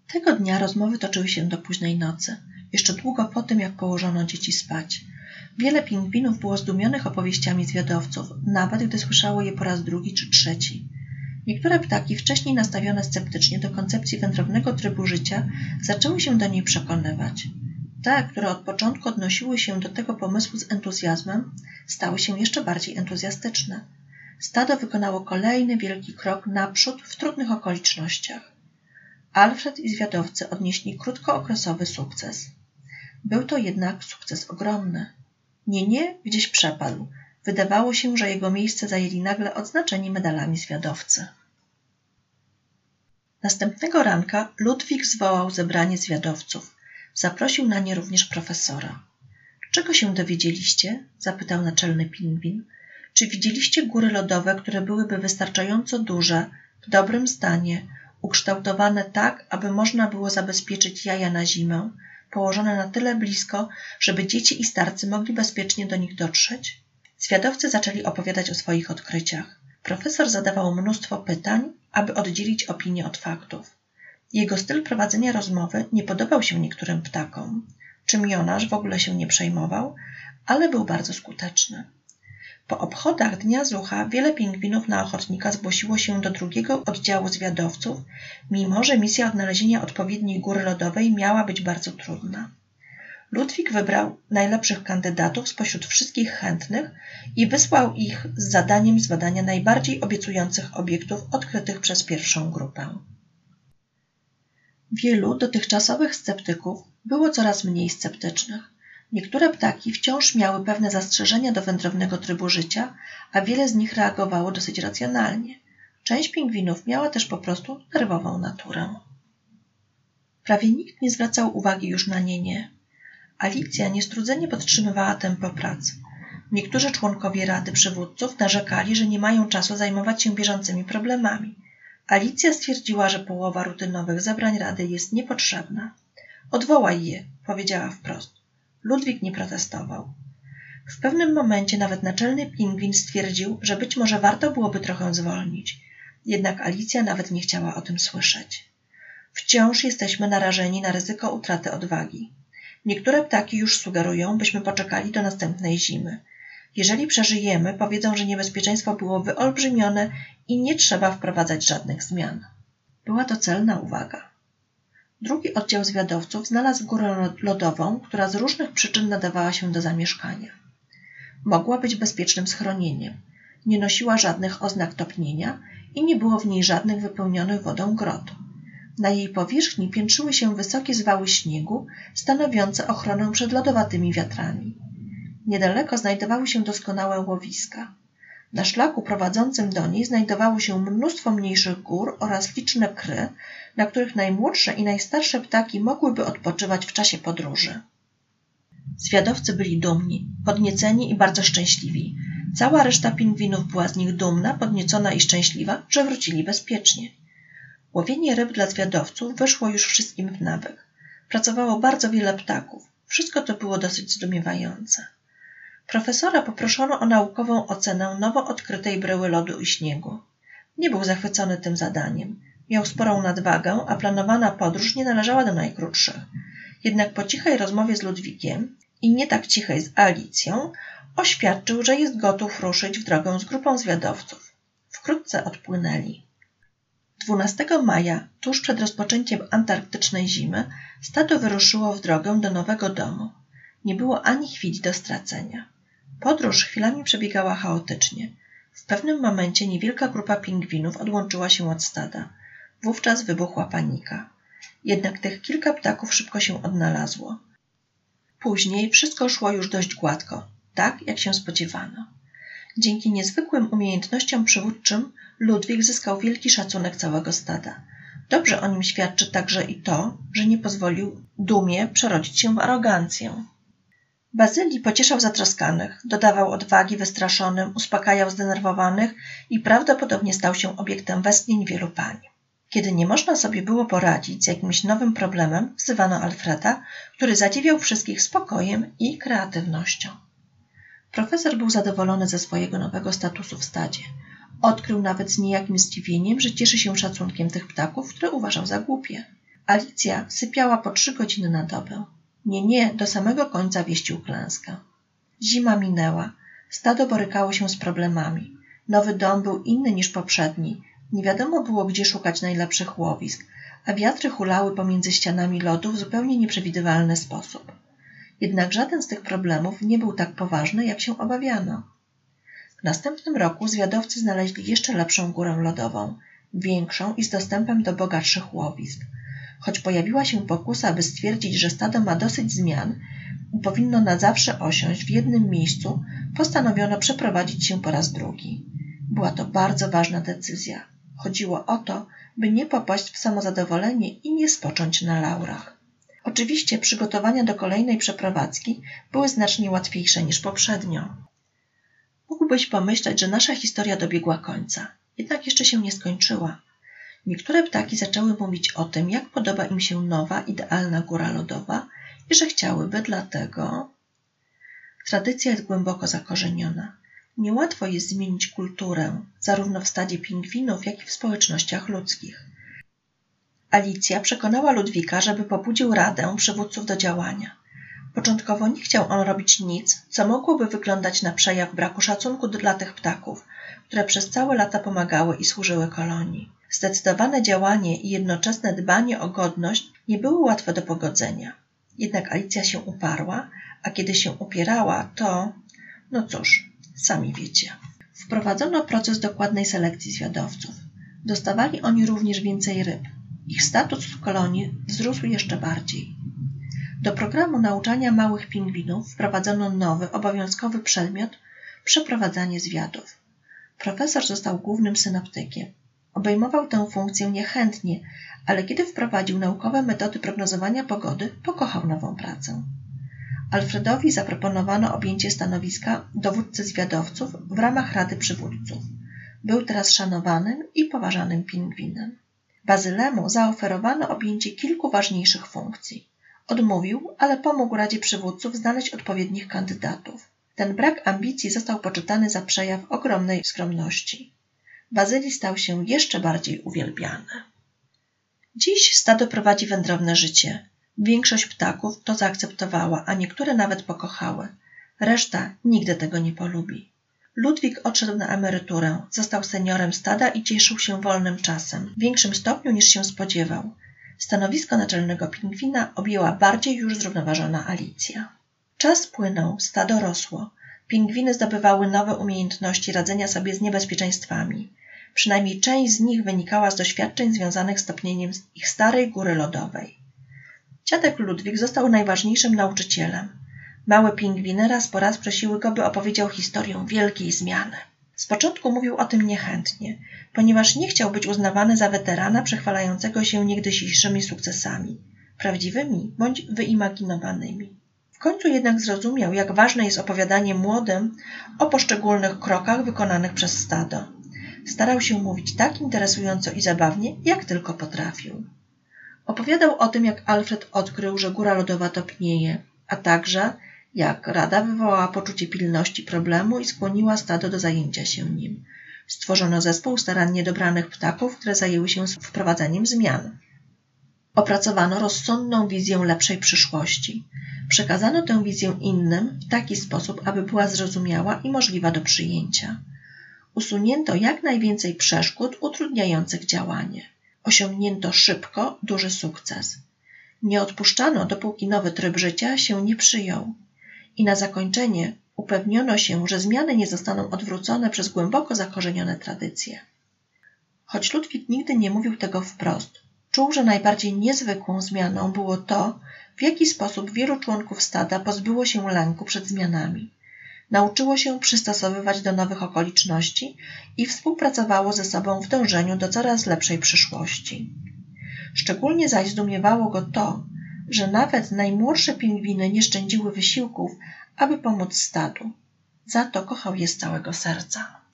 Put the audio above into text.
Tego dnia rozmowy toczyły się do późnej nocy, jeszcze długo po tym, jak położono dzieci spać. Wiele pingwinów było zdumionych opowieściami zwiadowców, nawet gdy słyszało je po raz drugi czy trzeci. Niektóre ptaki, wcześniej nastawione sceptycznie do koncepcji wędrownego trybu życia, zaczęły się do niej przekonywać. Te, które od początku odnosiły się do tego pomysłu z entuzjazmem, stały się jeszcze bardziej entuzjastyczne. Stado wykonało kolejny wielki krok naprzód w trudnych okolicznościach. Alfred i zwiadowcy odnieśli krótkookresowy sukces. Był to jednak sukces ogromny. Nie, gdzieś przepadł. Wydawało się, że jego miejsce zajęli nagle odznaczeni medalami zwiadowcy. Następnego ranka Ludwik zwołał zebranie zwiadowców. Zaprosił na nie również profesora. Czego się dowiedzieliście? Zapytał naczelny pingwin. Czy widzieliście góry lodowe, które byłyby wystarczająco duże, w dobrym stanie, ukształtowane tak, aby można było zabezpieczyć jaja na zimę, położone na tyle blisko, żeby dzieci i starcy mogli bezpiecznie do nich dotrzeć? Zwiadowcy zaczęli opowiadać o swoich odkryciach. Profesor zadawał mnóstwo pytań, aby oddzielić opinię od faktów. Jego styl prowadzenia rozmowy nie podobał się niektórym ptakom, czym Jonasz w ogóle się nie przejmował, ale był bardzo skuteczny. Po obchodach Dnia Zucha wiele pingwinów na ochotnika zgłosiło się do drugiego oddziału zwiadowców, mimo że misja odnalezienia odpowiedniej góry lodowej miała być bardzo trudna. Ludwik wybrał najlepszych kandydatów spośród wszystkich chętnych i wysłał ich z zadaniem zbadania najbardziej obiecujących obiektów odkrytych przez pierwszą grupę. Wielu dotychczasowych sceptyków było coraz mniej sceptycznych. Niektóre ptaki wciąż miały pewne zastrzeżenia do wędrownego trybu życia, a wiele z nich reagowało dosyć racjonalnie. Część pingwinów miała też po prostu nerwową naturę. Prawie nikt nie zwracał uwagi już na nie. Alicja niestrudzenie podtrzymywała tempo pracy. Niektórzy członkowie Rady Przywódców narzekali, że nie mają czasu zajmować się bieżącymi problemami. Alicja stwierdziła, że połowa rutynowych zebrań Rady jest niepotrzebna. Odwołaj je, powiedziała wprost. Ludwik nie protestował. W pewnym momencie nawet naczelny pingwin stwierdził, że być może warto byłoby trochę zwolnić. Jednak Alicja nawet nie chciała o tym słyszeć. Wciąż jesteśmy narażeni na ryzyko utraty odwagi. Niektóre ptaki już sugerują, byśmy poczekali do następnej zimy. Jeżeli przeżyjemy, powiedzą, że niebezpieczeństwo było wyolbrzymione i nie trzeba wprowadzać żadnych zmian. Była to celna uwaga. Drugi oddział zwiadowców znalazł górę lodową, która z różnych przyczyn nadawała się do zamieszkania. Mogła być bezpiecznym schronieniem. Nie nosiła żadnych oznak topnienia i nie było w niej żadnych wypełnionych wodą grot. Na jej powierzchni piętrzyły się wysokie zwały śniegu, stanowiące ochronę przed lodowatymi wiatrami. Niedaleko znajdowały się doskonałe łowiska. Na szlaku prowadzącym do niej znajdowało się mnóstwo mniejszych gór oraz liczne kry, na których najmłodsze i najstarsze ptaki mogłyby odpoczywać w czasie podróży. Zwiadowcy byli dumni, podnieceni i bardzo szczęśliwi. Cała reszta pingwinów była z nich dumna, podniecona i szczęśliwa, że wrócili bezpiecznie. Łowienie ryb dla zwiadowców weszło już wszystkim w nawyk. Pracowało bardzo wiele ptaków. Wszystko to było dosyć zdumiewające. Profesora poproszono o naukową ocenę nowo odkrytej bryły lodu i śniegu. Nie był zachwycony tym zadaniem. Miał sporą nadwagę, a planowana podróż nie należała do najkrótszych. Jednak po cichej rozmowie z Ludwikiem i nie tak cichej z Alicją oświadczył, że jest gotów ruszyć w drogę z grupą zwiadowców. Wkrótce odpłynęli. 12 maja, tuż przed rozpoczęciem antarktycznej zimy, stado wyruszyło w drogę do nowego domu. Nie było ani chwili do stracenia. Podróż chwilami przebiegała chaotycznie. W pewnym momencie niewielka grupa pingwinów odłączyła się od stada. Wówczas wybuchła panika. Jednak tych kilka ptaków szybko się odnalazło. Później wszystko szło już dość gładko, tak jak się spodziewano. Dzięki niezwykłym umiejętnościom przywódczym Ludwik zyskał wielki szacunek całego stada. Dobrze o nim świadczy także i to, że nie pozwolił dumie przerodzić się w arogancję. Bazylii pocieszał zatroskanych, dodawał odwagi wystraszonym, uspokajał zdenerwowanych i prawdopodobnie stał się obiektem westchnień wielu pań. Kiedy nie można sobie było poradzić z jakimś nowym problemem, wzywano Alfreda, który zadziwiał wszystkich spokojem i kreatywnością. Profesor był zadowolony ze swojego nowego statusu w stadzie. Odkrył nawet z niejakim zdziwieniem, że cieszy się szacunkiem tych ptaków, które uważał za głupie. Alicja sypiała po 3 godziny na dobę. Nie, do samego końca wieścił klęskę. Zima minęła. Stado borykało się z problemami. Nowy dom był inny niż poprzedni. Nie wiadomo było, gdzie szukać najlepszych łowisk, a wiatry hulały pomiędzy ścianami lodu w zupełnie nieprzewidywalny sposób. Jednak żaden z tych problemów nie był tak poważny, jak się obawiano. W następnym roku zwiadowcy znaleźli jeszcze lepszą górę lodową, większą i z dostępem do bogatszych łowisk. Choć pojawiła się pokusa, aby stwierdzić, że stado ma dosyć zmian i powinno na zawsze osiąść w jednym miejscu, postanowiono przeprowadzić się po raz drugi. Była to bardzo ważna decyzja. Chodziło o to, by nie popaść w samozadowolenie i nie spocząć na laurach. Oczywiście przygotowania do kolejnej przeprowadzki były znacznie łatwiejsze niż poprzednio. Mógłbyś pomyśleć, że nasza historia dobiegła końca, jednak jeszcze się nie skończyła. Niektóre ptaki zaczęły mówić o tym, jak podoba im się nowa, idealna góra lodowa i że chciałyby dlatego... Tradycja jest głęboko zakorzeniona. Niełatwo jest zmienić kulturę, zarówno w stadzie pingwinów, jak i w społecznościach ludzkich. Alicja przekonała Ludwika, żeby pobudził radę przywódców do działania. Początkowo nie chciał on robić nic, co mogłoby wyglądać na przejaw braku szacunku dla tych ptaków, które przez całe lata pomagały i służyły kolonii. Zdecydowane działanie i jednoczesne dbanie o godność nie były łatwe do pogodzenia. Jednak Alicja się uparła, a kiedy się upierała, to... no cóż, sami wiecie. Wprowadzono proces dokładnej selekcji zwiadowców. Dostawali oni również więcej ryb. Ich status w kolonii wzrósł jeszcze bardziej. Do programu nauczania małych pingwinów wprowadzono nowy, obowiązkowy przedmiot – przeprowadzanie zwiadów. Profesor został głównym synoptykiem. Obejmował tę funkcję niechętnie, ale kiedy wprowadził naukowe metody prognozowania pogody, pokochał nową pracę. Alfredowi zaproponowano objęcie stanowiska dowódcy zwiadowców w ramach Rady Przywódców. Był teraz szanowanym i poważanym pingwinem. Bazylemu zaoferowano objęcie kilku ważniejszych funkcji. Odmówił, ale pomógł Radzie Przywódców znaleźć odpowiednich kandydatów. Ten brak ambicji został poczytany za przejaw ogromnej skromności. Bazyli stał się jeszcze bardziej uwielbiany. Dziś stado prowadzi wędrowne życie. Większość ptaków to zaakceptowała, a niektóre nawet pokochały. Reszta nigdy tego nie polubi. Ludwik odszedł na emeryturę, został seniorem stada i cieszył się wolnym czasem, w większym stopniu niż się spodziewał. Stanowisko naczelnego pingwina objęła bardziej już zrównoważona Alicja. Czas płynął, stado rosło. Pingwiny zdobywały nowe umiejętności radzenia sobie z niebezpieczeństwami. Przynajmniej część z nich wynikała z doświadczeń związanych z topnieniem ich starej góry lodowej. Dziadek Ludwik został najważniejszym nauczycielem. Małe pingwiny raz po raz prosiły go, by opowiedział historię wielkiej zmiany. Z początku mówił o tym niechętnie, ponieważ nie chciał być uznawany za weterana przechwalającego się niegdysiejszymi sukcesami, prawdziwymi bądź wyimaginowanymi. W końcu jednak zrozumiał, jak ważne jest opowiadanie młodym o poszczególnych krokach wykonanych przez stado. Starał się mówić tak interesująco i zabawnie, jak tylko potrafił. Opowiadał o tym, jak Alfred odkrył, że góra lodowa topnieje, a także jak Rada wywołała poczucie pilności problemu i skłoniła stado do zajęcia się nim. Stworzono zespół starannie dobranych ptaków, które zajęły się wprowadzaniem zmian. Opracowano rozsądną wizję lepszej przyszłości. Przekazano tę wizję innym w taki sposób, aby była zrozumiała i możliwa do przyjęcia. Usunięto jak najwięcej przeszkód utrudniających działanie. Osiągnięto szybko duży sukces. Nie odpuszczano, dopóki nowy tryb życia się nie przyjął. I na zakończenie upewniono się, że zmiany nie zostaną odwrócone przez głęboko zakorzenione tradycje. Choć Ludwik nigdy nie mówił tego wprost, czuł, że najbardziej niezwykłą zmianą było to, w jaki sposób wielu członków stada pozbyło się lęku przed zmianami. Nauczyło się przystosowywać do nowych okoliczności i współpracowało ze sobą w dążeniu do coraz lepszej przyszłości. Szczególnie zaś zdumiewało go to, że nawet najmłodsze pingwiny nie szczędziły wysiłków, aby pomóc stadu. Za to kochał je z całego serca.